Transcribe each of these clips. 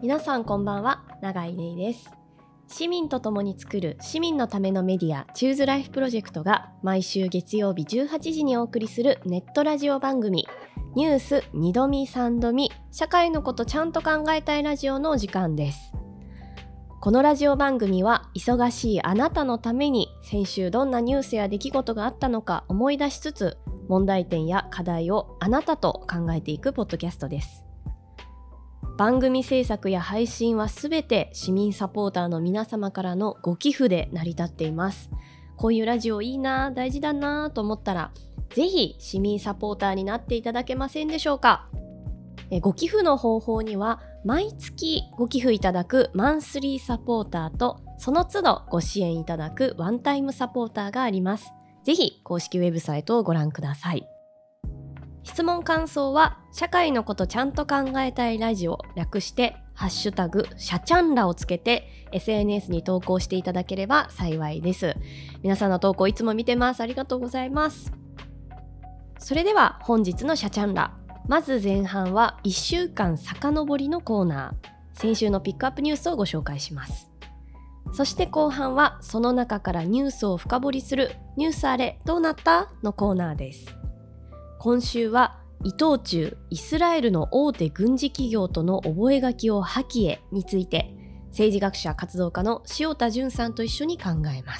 皆さんこんばんは、永井玲です。市民と共に作る市民のためのメディアチューズライフプロジェクトが毎週月曜日18時にお送りするネットラジオ番組ニュース2度見3度見社会のことちゃんと考えたいラジオのお時間です。このラジオ番組は忙しいあなたのために先週どんなニュースや出来事があったのか思い出しつつ問題点や課題をあなたと考えていくポッドキャストです。番組制作や配信はすべて市民サポーターの皆様からのご寄付で成り立っています。こういうラジオいいな、大事だなと思ったらぜひ市民サポーターになっていただけませんでしょうか。ご寄付の方法には毎月ご寄付いただくマンスリーサポーターとその都度ご支援いただくワンタイムサポーターがあります。ぜひ公式ウェブサイトをご覧ください。質問感想は社会のことちゃんと考えたいラジオ略してハッシュタグシャチャンラをつけて SNS に投稿していただければ幸いです。皆さんの投稿いつも見てます。ありがとうございます。それでは本日のシャチャンラ、まず前半は1週間遡りのコーナー、先週のピックアップニュースをご紹介します。そして後半はその中からニュースを深掘りするニュースあれどうなったのコーナーです。今週は伊藤忠イスラエルの大手軍事企業との覚書を破棄へについて政治学者活動家の塩田淳さんと一緒に考えます。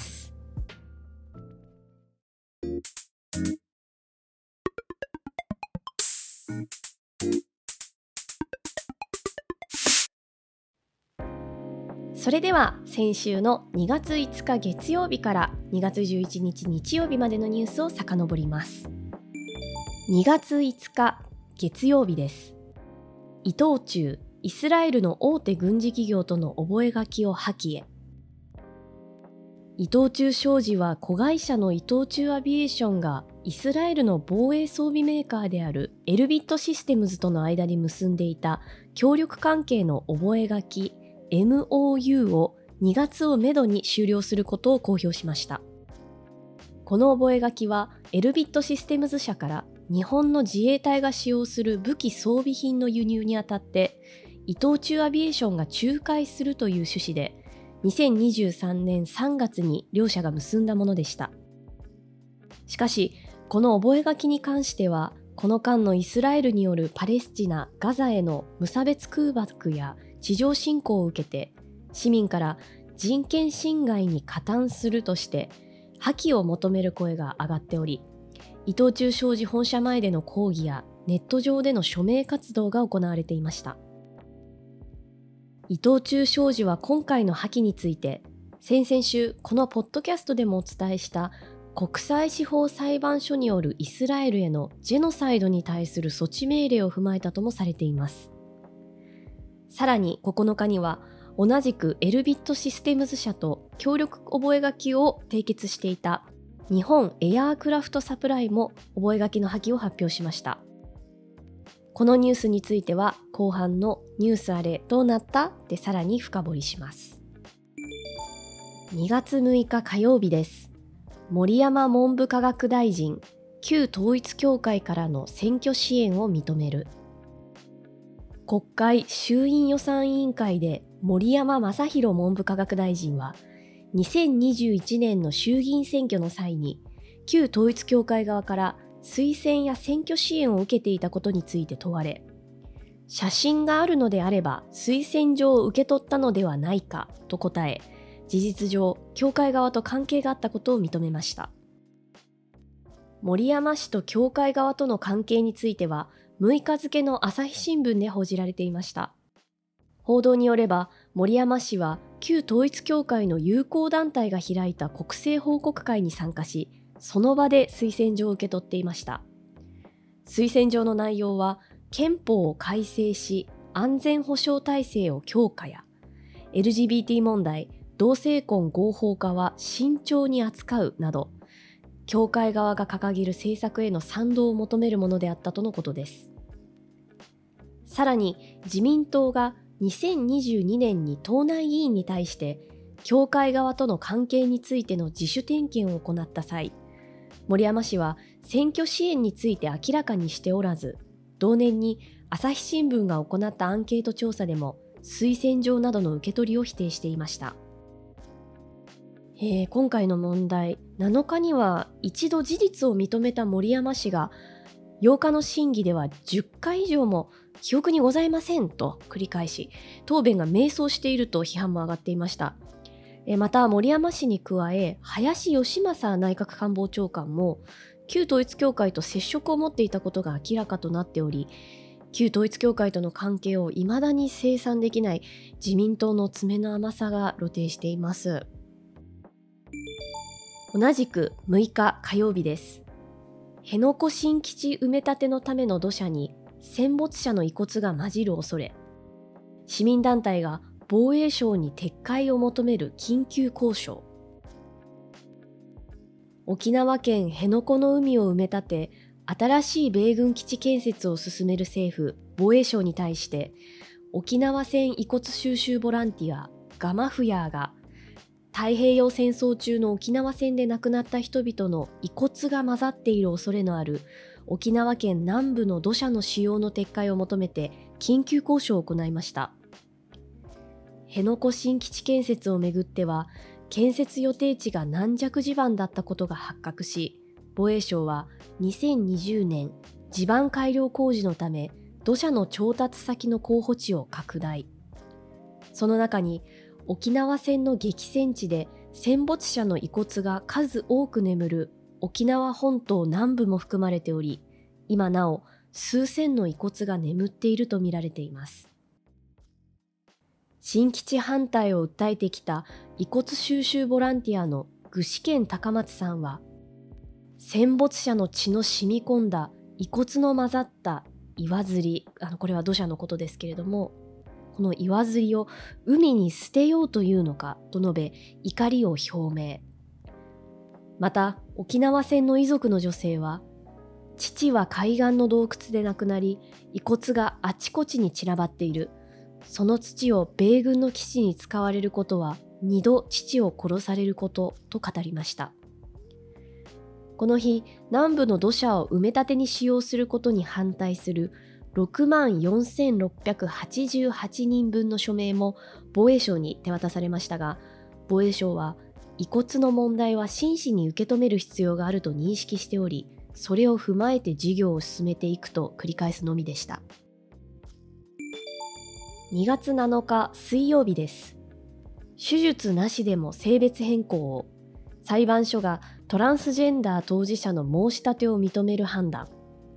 それでは先週の2月5日月曜日から2月11日日曜日までのニュースを遡ります。2月5日月曜日です。伊藤忠イスラエルの大手軍事企業との覚書を破棄へ。伊藤忠商事は子会社の伊藤忠アビエーションがイスラエルの防衛装備メーカーであるエルビットシステムズとの間に結んでいた協力関係の覚書 MOU を2月をめどに終了することを公表しました。この覚書はエルビットシステムズ社から日本の自衛隊が使用する武器装備品の輸入にあたって伊藤忠アビエーションが仲介するという趣旨で2023年3月に両社が結んだものでした。しかしこの覚書に関してはこの間のイスラエルによるパレスチナ・ガザへの無差別空爆や地上侵攻を受けて市民から人権侵害に加担するとして破棄を求める声が上がっており、伊藤忠商事本社前での抗議やネット上での署名活動が行われていました。伊藤忠商事は今回の破棄について、先々週このポッドキャストでもお伝えした国際司法裁判所によるイスラエルへのジェノサイドに対する措置命令を踏まえたともされています。さらに9日には同じくエルビットシステムズ社と協力覚書を締結していた日本エアークラフトサプライも覚書の破棄を発表しました。このニュースについては後半のニュースあれどうなったでさらに深掘りします。2月6日火曜日です。森山文部科学大臣、旧統一教会からの選挙支援を認める。国会衆院予算委員会で森山正弘文部科学大臣は2021年の衆議院選挙の際に旧統一教会側から推薦や選挙支援を受けていたことについて問われ、写真があるのであれば推薦状を受け取ったのではないかと答え、事実上教会側と関係があったことを認めました。森山氏と教会側との関係については6日付の朝日新聞で報じられていました。報道によれば森山氏は旧統一教会の友好団体が開いた国政報告会に参加し、その場で推薦状を受け取っていました。推薦状の内容は憲法を改正し安全保障体制を強化や LGBT 問題、同性婚合法化は慎重に扱うなど教会側が掲げる政策への賛同を求めるものであったとのことです。さらに自民党が2022年に党内議員に対して教会側との関係についての自主点検を行った際、森山氏は選挙支援について明らかにしておらず、同年に朝日新聞が行ったアンケート調査でも推薦状などの受け取りを否定していました。今回の問題、7日には一度事実を認めた森山氏が8日の審議では10回以上も記憶にございませんと繰り返し、答弁が迷走していると批判も上がっていました。また森山氏に加え、林芳正内閣官房長官も旧統一教会と接触を持っていたことが明らかとなっており、旧統一教会との関係を未だに清算できない自民党の詰めの甘さが露呈しています。同じく6日火曜日です。辺野古新基地埋め立てのための土砂に戦没者の遺骨が混じる恐れ、市民団体が防衛省に撤回を求める緊急交渉。沖縄県辺野古の海を埋め立て、新しい米軍基地建設を進める政府・防衛省に対して、沖縄戦遺骨収集ボランティアガマフヤーが太平洋戦争中の沖縄戦で亡くなった人々の遺骨が混ざっている恐れのある沖縄県南部の土砂の使用の撤回を求めて緊急交渉を行いました。辺野古新基地建設をめぐっては、建設予定地が軟弱地盤だったことが発覚し、防衛省は2020年地盤改良工事のため土砂の調達先の候補地を拡大。その中に沖縄戦の激戦地で戦没者の遺骨が数多く眠る沖縄本島南部も含まれており、今なお数千の遺骨が眠っているとみられています。新基地反対を訴えてきた遺骨収集ボランティアの具志堅高松さんは、戦没者の血の染み込んだ遺骨の混ざった岩ずり、これは土砂のことですけれども、この岩ずりを海に捨てようというのかと述べ、怒りを表明。また沖縄戦の遺族の女性は、父は海岸の洞窟で亡くなり、遺骨があちこちに散らばっている。その土を米軍の基地に使われることは2度父を殺されることと語りました。この日、南部の土砂を埋め立てに使用することに反対する64,688人分の署名も防衛省に手渡されましたが、防衛省は遺骨の問題は真摯に受け止める必要があると認識しており、それを踏まえて事業を進めていくと繰り返すのみでした。2月7日水曜日です。手術なしでも性別変更を、裁判所がトランスジェンダー当事者の申し立てを認める判断。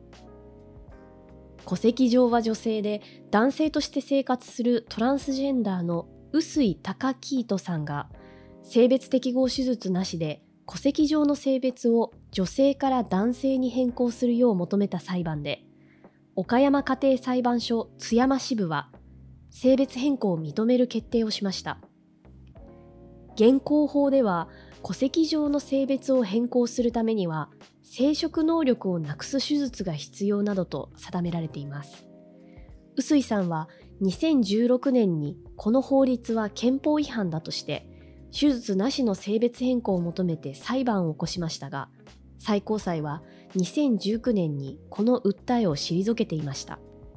戸籍上は女性で男性として生活するトランスジェンダーの臼井崇来人さんが、性別適合手術なしで戸籍上の性別を女性から男性に変更するよう求めた裁判で、岡山家庭裁判所津山支部は性別変更を認める決定をしました。現行法では戸籍上の性別を変更するためには生殖能力をなくす手術が必要などと定められています。臼井さんは2016年にこの法律は憲法違反だとして手術なしの性別変更を求めて裁判を起こしましたが、最高裁は2019年にこの訴えを退けていました。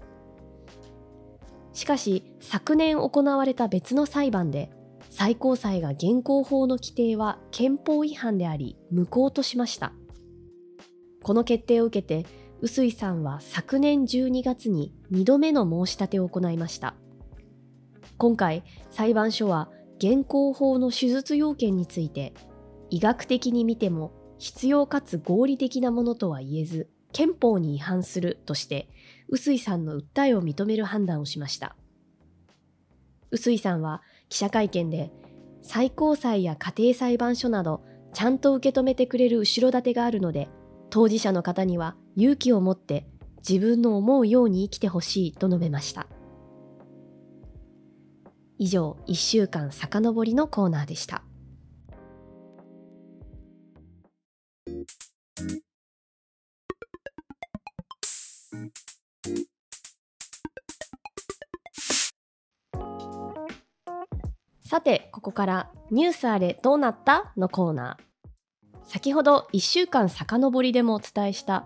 しかし昨年行われた別の裁判で、最高裁が現行法の規定は憲法違反であり無効としました。この決定を受けて臼井さんは昨年12月に2度目の申し立てを行いました。今回裁判所は現行法の手術要件について、医学的に見ても必要かつ合理的なものとは言えず憲法に違反するとして臼井さんの訴えを認める判断をしました。臼井さんは記者会見で、最高裁や家庭裁判所などちゃんと受け止めてくれる後ろ盾があるので、当事者の方には勇気を持って自分の思うように生きてほしいと述べました。以上、1週間遡りのコーナーでした。さて、ここからニュースあれどうなったのコーナー。先ほど1週間遡りでもお伝えした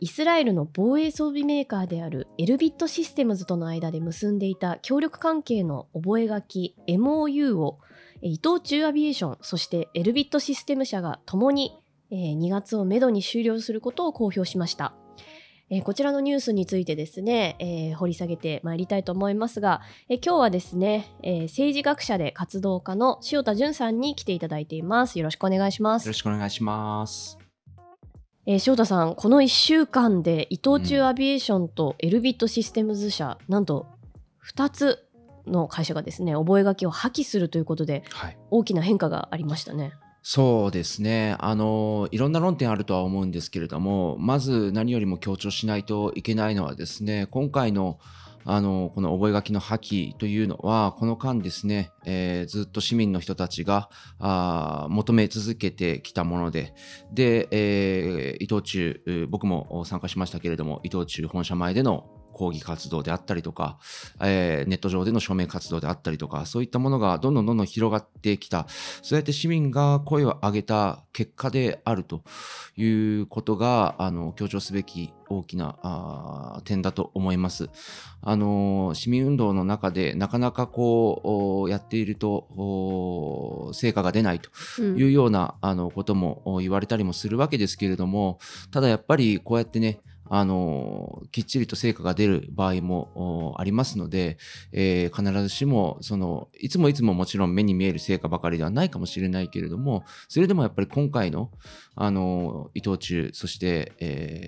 イスラエルの防衛装備メーカーであるエルビットシステムズとの間で結んでいた協力関係の覚書 MOU を伊藤忠アビエーション、そしてエルビットシステム社がともに2月をめどに終了することを公表しました。こちらのニュースについてですね、掘り下げてまいりたいと思いますが、今日はですね、政治学者で活動家の塩田純さんに来ていただいています。よろしくお願いします。 よろしくお願いします。 塩田さん、この1週間で伊藤忠アビエーションとエルビットシステムズ社、なんと2つの会社がですね、覚書を破棄するということで、大きな変化がありましたね。 そうですね。いろんな論点あるとは思うんですけれども、まず何よりも強調しないといけないのはですね、今回のこの覚書の破棄というのは、この間ですね、ずっと市民の人たちが求め続けてきたもので、伊藤忠、僕も参加しましたけれども、伊藤忠本社前での抗議活動であったりとか、ネット上での署名活動であったりとか、そういったものがどんどん広がってきた。そうやって市民が声を上げた結果であるということが強調すべき大きな点だと思います。市民運動の中でなかなかやっていると成果が出ないというような、ことも言われたりもするわけですけれども、ただやっぱりこうやってね、きっちりと成果が出る場合もありますので、必ずしもいつももちろん目に見える成果ばかりではないかもしれないけれども、それでもやっぱり今回の伊藤忠、そして、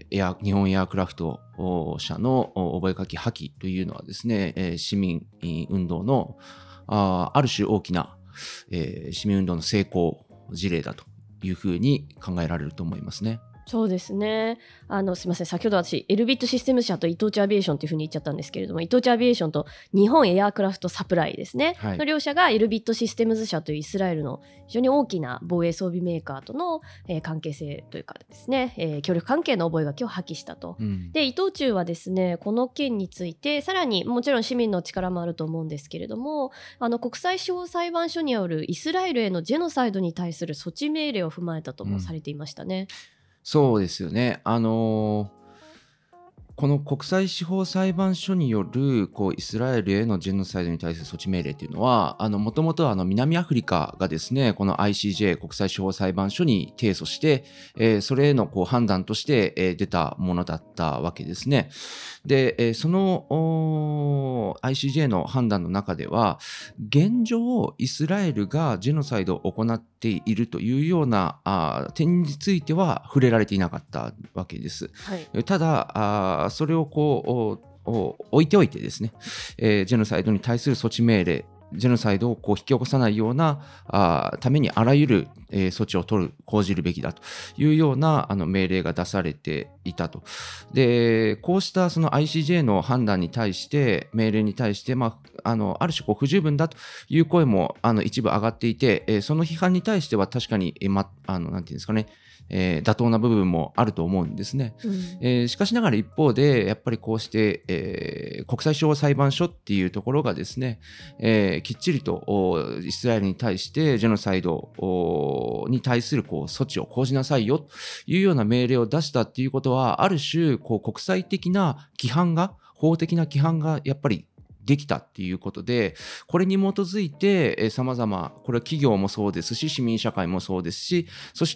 日本エアクラフト社の覚書破棄というのはですね、市民運動のある種大きな、市民運動の成功事例だというふうに考えられると思いますね。 そうですね。すいません、先ほど私エルビットシステム社と伊藤忠アビエーションというふうに言っちゃったんですけれども、伊藤忠アビエーションと日本エアクラフトサプライですね、の両社がエルビットシステムズ社というイスラエルの非常に大きな防衛装備メーカーとの、関係性というかですね、協力関係の覚書を破棄したと、で伊藤忠はですね、この件についてさらにもちろん市民の力もあると思うんですけれども、国際司法裁判所によるイスラエルへのジェノサイドに対する措置命令を踏まえたともされていましたね。 そうですよね。この国際司法裁判所によるイスラエルへのジェノサイドに対する措置命令というのは、もともと南アフリカがですね、この ICJ 国際司法裁判所に提訴して、それへの判断として、出たものだったわけですね。で、その ICJ の判断の中では、現状イスラエルがジェノサイドを行っているというような点については触れられていなかったわけです。ただそれを置いておいてですね、ジェノサイドに対する措置命令、ジェノサイドを引き起こさないようなためにあらゆる、措置を講じるべきだというような命令が出されていたと。で、こうしたその ICJ の判断に対して、命令に対して、ある種不十分だという声も一部上がっていて、その批判に対しては確かに、なんていうんですかね、妥当な部分もあると思うんですね。しかしながら一方でやっぱりこうして、国際司法裁判所っていうところがですね、きっちりとイスラエルに対してジェノサイドに対する措置を講じなさいよというような命令を出したっていうことは、ある種国際的な規範が、法的な規範がやっぱりできたっていうことで、これに基づいて様々、これは企業もそうですし、市民社会もそうですし、そして、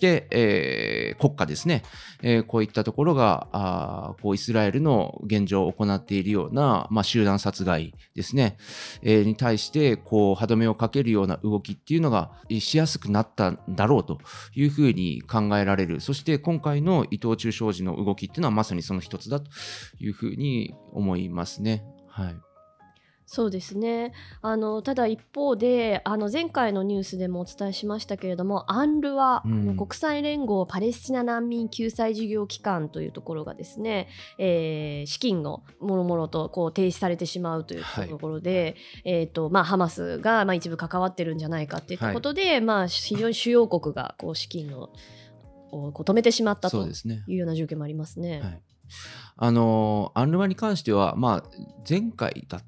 国家ですね、こういったところがイスラエルの現状を行っているような、集団殺害ですね、に対して歯止めをかけるような動きっていうのがしやすくなったんだろうというふうに考えられる。そして今回の伊藤忠商事の動きっていうのはまさにその一つだというふうに思いますね。はい。 そうですね。ただ一方で前回のニュースでもお伝えしましたけれども、UNRWA、国際連合パレスチナ難民救済事業機関というところがですね、資金をもろもろと停止されてしまうというところで、ハマスが一部関わってるんじゃないかということで、非常に主要国が資金を止めてしまったというような状況もありますね。 UNRWAに関しては、前回だっ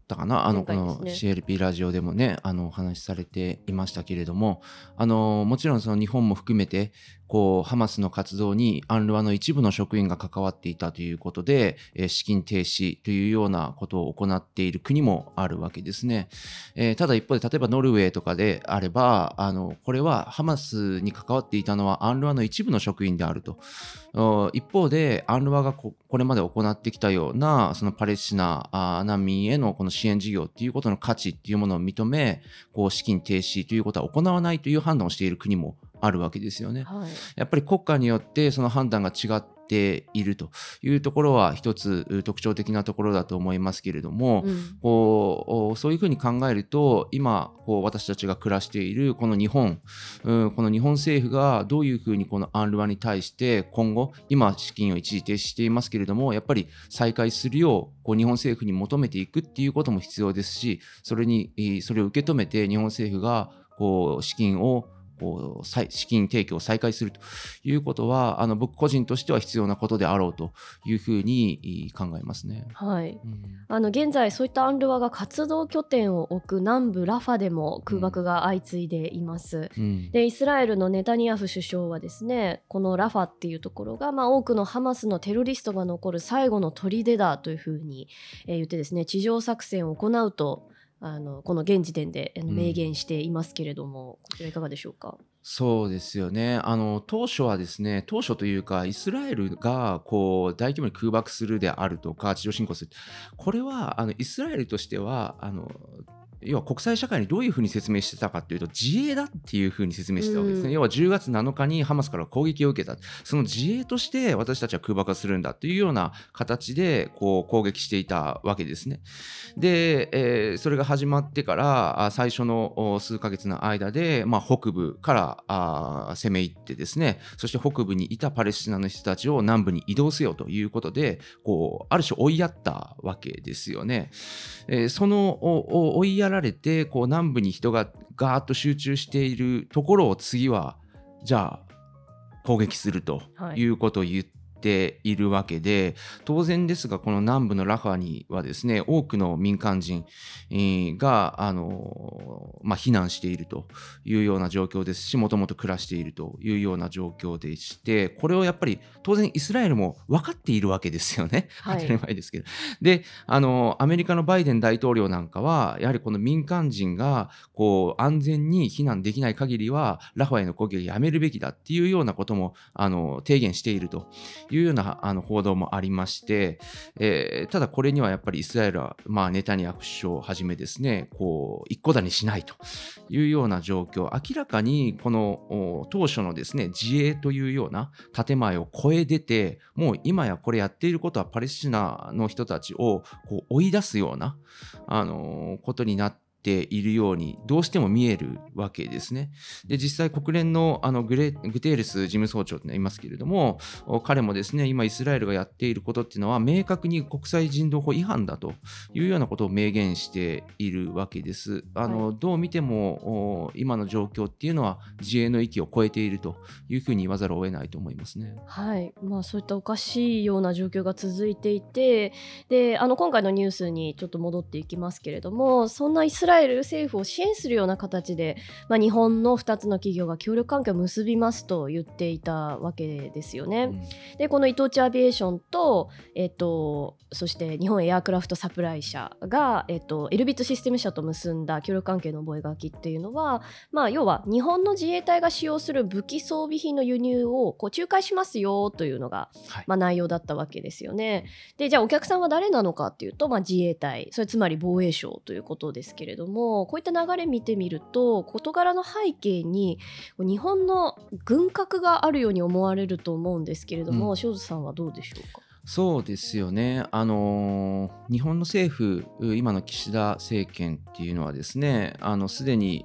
たかな、この CLP ラジオでもねお話しされていましたけれども、もちろんその日本も含めてこうハマスの活動にアンルワの一部の職員が関わっていたということで、資金停止というようなことを行っている国もあるわけですね。ただ一方で例えばノルウェーとかであればこれはハマスに関わっていたのはアンルワの一部の職員であると。一方でアンルワがこれまで行ってきたようなそのパレスチナ難民へのこの支援事業っていうことの価値っていうものを認め、こう資金停止ということは行わないという判断をしている国もあるわけですよね。 はい、 やっぱり国家によってその判断が違っているというところは一つ特徴的なところだと思いますけれども、そういうふうに考えると今私たちが暮らしているこの日本政府がどういうふうにこのアンルワに対して今後今資金を一時停止していますけれども、やっぱり再開するよう日本政府に求めていくっていうことも必要ですし、それを受け止めて日本政府が資金提供を再開するということは僕個人としては必要なことであろうというふうに考えますね。 はい、現在そういったアンルワが活動拠点を置く南部ラファでも空爆が相次いでいます。でイスラエルのネタニヤフ首相はですね、このラファっていうところが、多くのハマスのテロリストが残る最後の砦だというふうに言ってですね、地上作戦を行うとこの現時点で明言していますけれども、こちらいかがでしょうか。 そうですよね。当初というかイスラエルが大規模に空爆するであるとか地上侵攻する、これはイスラエルとしては要は国際社会にどういうふうに説明してたかというと、自衛だっていうふうに説明してたわけですね。要は10月7日にハマスから攻撃を受けた、その自衛として私たちは空爆をするんだというような形で攻撃していたわけですね。で、それが始まってから最初の数ヶ月の間で、北部から攻め入ってですね、そして北部にいたパレスチナの人たちを南部に移動せよということである種追いやったわけですよね。その追いやられて南部に人がガーッと集中しているところを次はじゃあ攻撃するということを言っているわけで、当然ですがこの南部のラファにはですね、多くの民間人が避難しているというような状況ですし、もともと暮らしているというような状況でして、これをやっぱり当然イスラエルも分かっているわけですよね。当たり前ですけど。でアメリカのバイデン大統領なんかはやはりこの民間人が安全に避難できない限りはラファへの攻撃をやめるべきだっていうようなことも提言しているというような報道もありまして、ただこれにはやっぱりイスラエルは、ネタニヤフ首相をはじめですね、一個だにしないというような状況、明らかにこの当初のですね自衛というような建前を超え出て、もう今やこれやっていることはパレスチナの人たちを追い出すようなことになっているようにどうしても見えるわけですね。で実際国連のグテーレス事務総長といますけれども、彼もですね今イスラエルがやっていることっていうのは明確に国際人道法違反だというようなことを明言しているわけです。どう見ても今の状況っていうのは自衛の域を超えているというふうに言わざるを得ないと思いますね。 はい、そういったおかしいような状況が続いていて、で今回のニュースにちょっと戻っていきますけれども、そんなイスラエル政府を支援するような形で、日本の2つの企業が協力関係を結びますと言っていたわけですよね。でこの伊藤忠アビエーションと、そして日本エアクラフトサプライ社が、エルビットシステム社と結んだ協力関係の覚書っていうのは、要は日本の自衛隊が使用する武器装備品の輸入を仲介しますよというのが、内容だったわけですよね。でじゃあお客さんは誰なのかっていうと、自衛隊、それつまり防衛省ということですけれども、こういった流れ見てみると事柄の背景に日本の軍拡があるように思われると思うんですけれども、庄司さんはどうでしょうか。 そうですよね。日本の政府、今の岸田政権っていうのはですね、すでに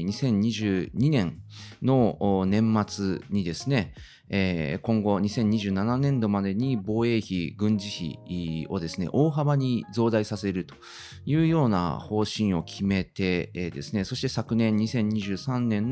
2022年の年末にですね、今後2027年度までに防衛費、軍事費をですね、大幅に増大させるというような方針を決めてですね、そして昨年2023年の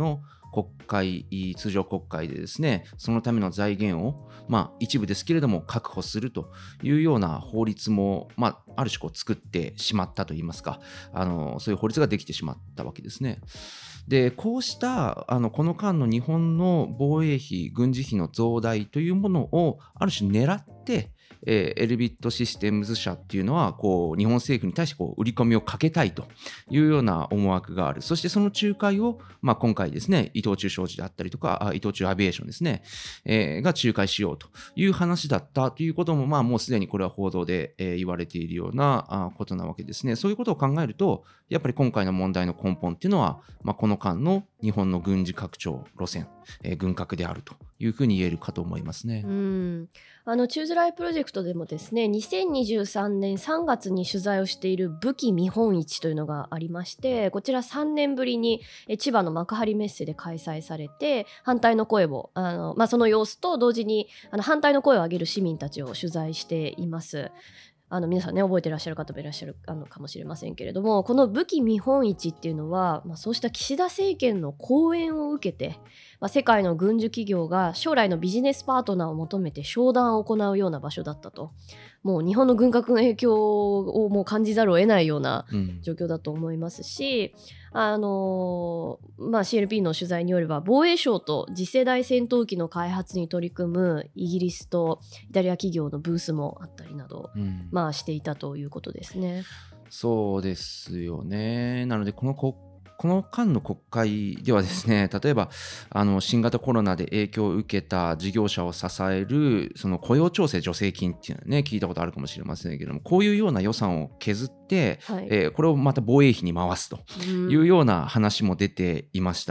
通常国会でですね、そのための財源を、一部ですけれども確保するというような法律も、ある種作ってしまったといいますか、そういう法律ができてしまったわけですね。で、こうしたこの間の日本の防衛費、軍事費の増大というものをある種狙って、エルビットシステムズ社っていうのは日本政府に対して売り込みをかけたいというような思惑がある。そしてその仲介を、今回ですね、伊藤忠商事であったりとか、伊藤忠アビエーションですね、が仲介しようという話だったということも、もうすでにこれは報道で、言われているようなことなわけですね。そういうことを考えると、やっぱり今回の問題の根本っていうのは、この間の日本の軍事拡張路線、軍拡であるというふうに言えるかと思いますね。 チューズライプロジェクトでもですね、2023年3月に取材をしている武器見本市というのがありまして、こちら3年ぶりに千葉の幕張メッセで開催されて、反対の声をその様子と同時に反対の声を上げる市民たちを取材しています。皆さんね、覚えてらっしゃる方もいらっしゃるかもしれませんけれども、この武器見本市っていうのは、そうした岸田政権の講演を受けて、世界の軍需企業が将来のビジネスパートナーを求めて商談を行うような場所だったと。もう日本の軍拡の影響をもう感じざるを得ないような状況だと思いますし、CLP の取材によれば、防衛省と次世代戦闘機の開発に取り組むイギリスとイタリア企業のブースもあったりなど、していたということですね。 そうですよね。なのでこの間の国会ではですね、例えば新型コロナで影響を受けた事業者を支えるその雇用調整助成金っていうのはね、聞いたことあるかもしれませんけども、こういうような予算を削って、これをまた防衛費に回すというような話も出ていました。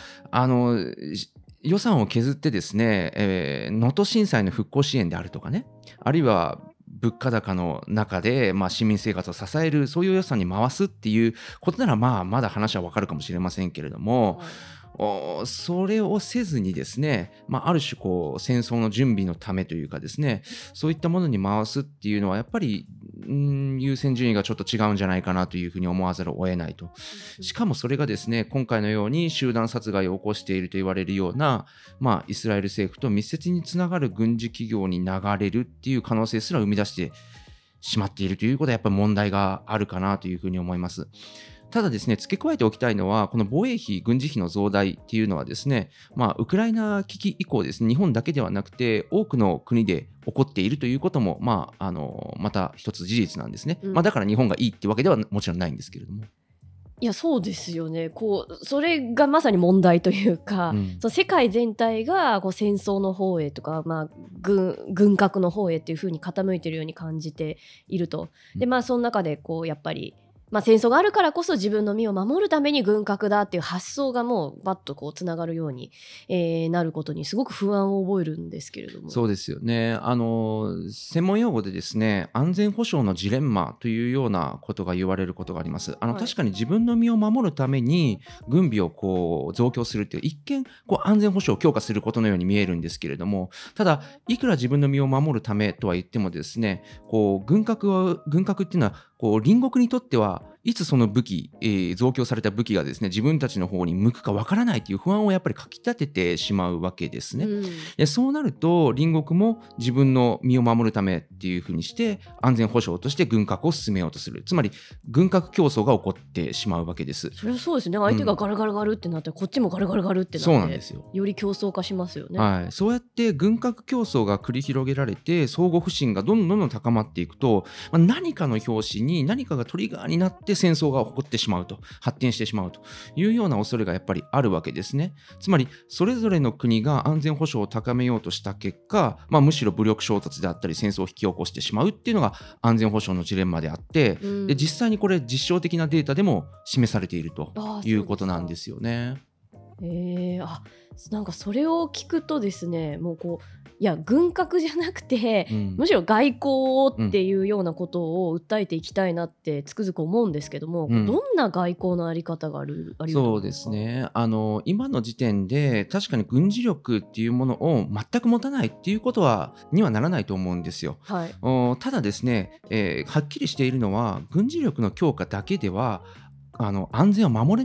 予算を削ってですね、能登震災の復興支援であるとかね、あるいは物価高の中で、市民生活を支える、そういう予算に回すっていうことなら、まだ話は分かるかもしれませんけれども、それをせずにですね、ある種戦争の準備のためというかですね、そういったものに回すっていうのはやっぱり優先順位がちょっと違うんじゃないかなというふうに思わざるを得ないと。しかもそれがですね、今回のように集団殺害を起こしていると言われるような、イスラエル政府と密接につながる軍事企業に流れるっていう可能性すら生み出してしまっているということはやっぱり問題があるかなというふうに思います。ただですね、付け加えておきたいのは、この防衛費、軍事費の増大っていうのはですね、ウクライナ危機以降ですね、日本だけではなくて、多くの国で起こっているということも、また一つ事実なんですね。だから日本がいいってわけではもちろんないんですけれども。 いや、そうですよね。それがまさに問題というか、世界全体が戦争の方へとか、軍拡の方へっていう風に傾いているように感じていると。で、その中でやっぱり戦争があるからこそ自分の身を守るために軍拡だっていう発想がもうバッとつながるように、なることにすごく不安を覚えるんですけれども。 そうですよね。専門用語でですね、安全保障のジレンマというようなことが言われることがあります。確かに自分の身を守るために軍備を増強するっていう、一見安全保障を強化することのように見えるんですけれども、ただいくら自分の身を守るためとは言ってもですね、軍拡っていうのは隣国にとってはいつその武器、増強された武器がですね、自分たちの方に向くかわからないという不安をやっぱりかき立ててしまうわけですね。そうなると隣国も自分の身を守るためっていうふうにして安全保障として軍拡を進めようとする。つまり軍拡競争が起こってしまうわけです。 それはそうですね。相手がガルガルガルってなって、こっちもガルガルガルってなって、 そうなんですよ。 より競争化しますよね。 そうやって軍拡競争が繰り広げられて相互不信がどんどん高まっていくと、何かの拍子に何かがトリガーになって戦争が起こってしまうと、発展してしまうというような恐れがやっぱりあるわけですね。つまりそれぞれの国が安全保障を高めようとした結果、むしろ武力衝突であったり戦争を引き起こしてしまうっていうのが安全保障のジレンマであって、で実際にこれ実証的なデータでも示されているということなんですよね。 なんかそれを聞くとですね、もういや軍拡じゃなくて、むしろ外交っていうようなことを訴えていきたいなってつくづく思うんですけども、どんな外交のあり方がありそうですね。今の時点で確かに軍事力っていうものを全く持たないっていうことにはならないと思うんですよ。ただですね、はっきりしているのは軍事力の強化だけでは安全を守れないっ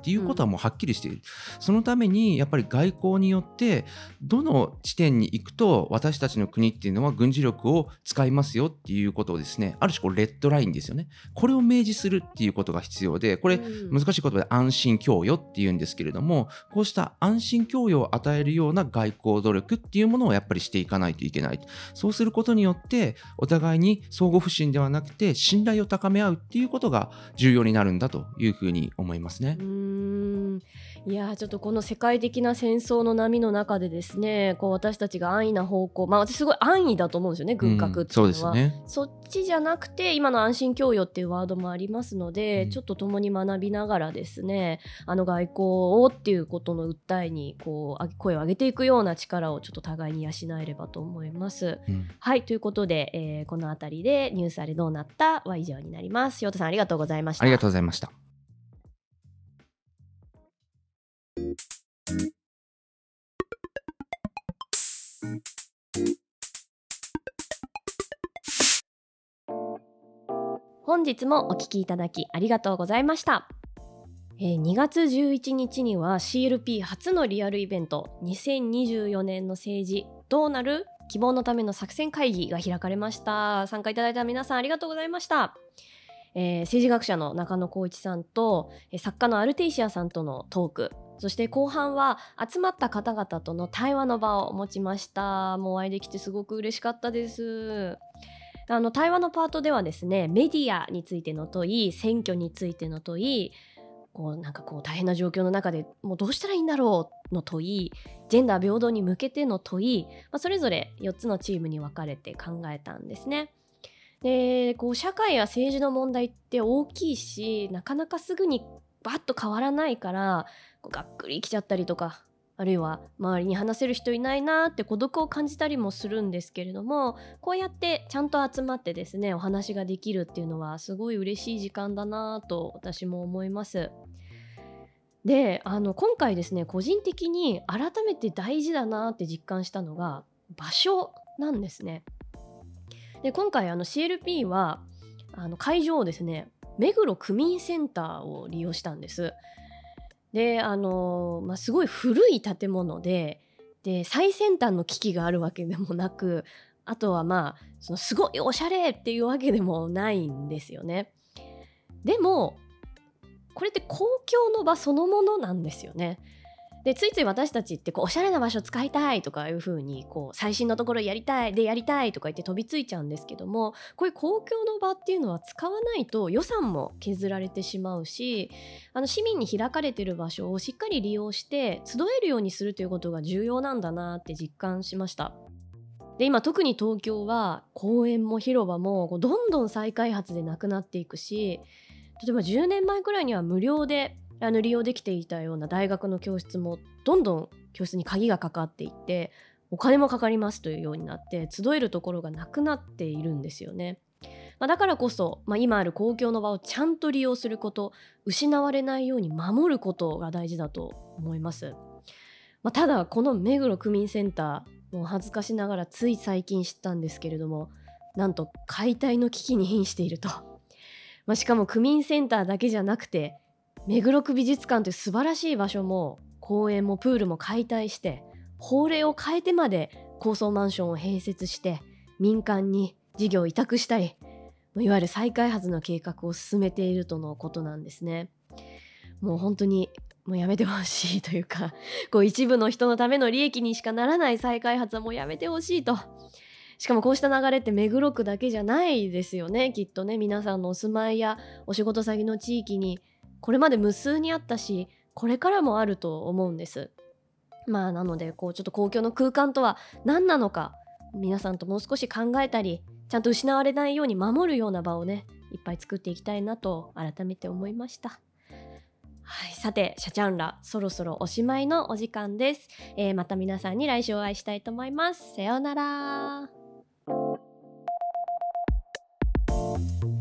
っていうことはもうはっきりしている。そのためにやっぱり外交によってどの地点に行くと私たちの国っていうのは軍事力を使いますよっていうことをですね、ある種レッドラインですよね。これを明示するっていうことが必要で、これ難しい言葉で安心供与っていうんですけれども、こうした安心供与を与えるような外交努力っていうものをやっぱりしていかないといけない。そうすることによってお互いに相互不信ではなくて信頼を高め合うっていうことが重要になるんだというふうに思いますね。 いやちょっとこの世界的な戦争の波の中でですね、こう私たちが安易な方向、私すごい安易だと思うんですよね、軍拡っていうのは。 そうですね。 そっちじゃなくて今の安心供与っていうワードもありますので、ちょっと共に学びながらですね、外交をっていうことの訴えにこう声を上げていくような力をちょっと互いに養えればと思います。はい、ということで、このあたりでニュースあれどうなったは以上になります。塩田さんありがとうございました。 ありがとうございました。 本日もお聞きいただきありがとうございました。2月11日には CLP 初のリアルイベント2024年の政治どうなる？希望のための作戦会議が開かれました。参加いただいた皆さんありがとうございました。政治学者の中野浩一さんと作家のアルテイシアさんとのトーク、そして後半は集まった方々との対話の場を持ちました。もうお会いできてすごく嬉しかったです。対話のパートではですね、メディアについての問い、選挙についての問い、なんか大変な状況の中でもうどうしたらいいんだろうの問い、ジェンダー平等に向けての問い、それぞれ4つのチームに分かれて考えたんですね。で社会や政治の問題って大きいし、なかなかすぐにバッと変わらないからがっくりきちゃったりとか、あるいは周りに話せる人いないなって孤独を感じたりもするんですけれども、こうやってちゃんと集まってですねお話ができるっていうのはすごい嬉しい時間だなと私も思います。で今回ですね、個人的に改めて大事だなって実感したのが場所なんですね。で今回CLP は会場をですね、目黒区民センターを利用したんです。ですごい古い建物で最先端の機器があるわけでもなく、あとはそのすごいおしゃれっていうわけでもないんですよね。でもこれって公共の場そのものなんですよね。でついつい私たちっておしゃれな場所使いたいとかいう風に最新のところやりたいとか言って飛びついちゃうんですけども、こういう公共の場っていうのは使わないと予算も削られてしまうし、市民に開かれている場所をしっかり利用して集えるようにするということが重要なんだなって実感しました。で今特に東京は公園も広場もどんどん再開発でなくなっていくし、例えば10年前くらいには無料で利用できていたような大学の教室もどんどん教室に鍵がかかっていってお金もかかりますというようになって集えるところがなくなっているんですよね。だからこそ、今ある公共の場をちゃんと利用すること、失われないように守ることが大事だと思います。ただこの目黒区民センター、もう恥ずかしながらつい最近知ったんですけれども、なんと解体の危機に瀕していると。しかも区民センターだけじゃなくて目黒区美術館という素晴らしい場所も公園もプールも解体して法令を変えてまで高層マンションを併設して民間に事業を委託したり、いわゆる再開発の計画を進めているとのことなんですね。もう本当にもうやめてほしいというか、一部の人のための利益にしかならない再開発はもうやめてほしいと。しかもこうした流れって目黒区だけじゃないですよね。きっとね、皆さんのお住まいやお仕事先の地域にこれまで無数にあったし、これからもあると思うんです。なのでちょっと公共の空間とは何なのか、皆さんともう少し考えたり、ちゃんと失われないように守るような場をね、いっぱい作っていきたいなと改めて思いました。はい、さてシャチャンラそろそろおしまいのお時間です。また皆さんに来週お会いしたいと思います。さようなら。